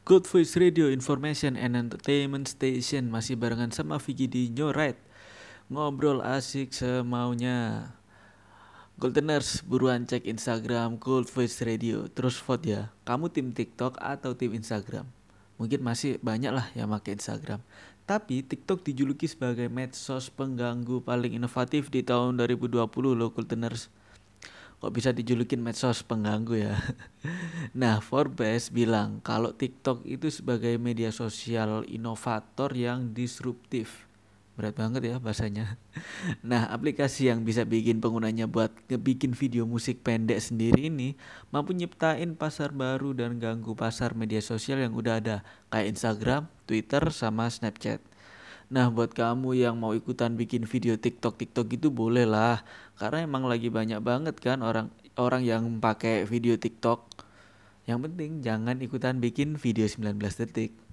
Good Voice Radio Information and Entertainment Station. Masih barengan sama Vicky di New Right. Ngobrol asik semaunya. Goldeners, buruan cek Instagram Good Voice Radio. Terus vote ya. Kamu tim TikTok atau tim Instagram? Mungkin masih banyak lah yang pakai Instagram. Tapi TikTok dijuluki sebagai medsos pengganggu paling inovatif di tahun 2020 loh Goldeners. Kok bisa dijulukin medsos pengganggu ya? Nah, Forbes bilang kalau TikTok itu sebagai media sosial inovator yang disruptif. Berat banget ya bahasanya. Nah, aplikasi yang bisa bikin penggunanya buat ngebikin video musik pendek sendiri ini mampu nyiptain pasar baru dan ganggu pasar media sosial yang udah ada, kayak Instagram, Twitter, sama Snapchat. Nah, buat kamu yang mau ikutan bikin video TikTok itu boleh lah, karena emang lagi banyak banget kan orang yang pakai video TikTok. Yang penting jangan ikutan bikin video 19 detik.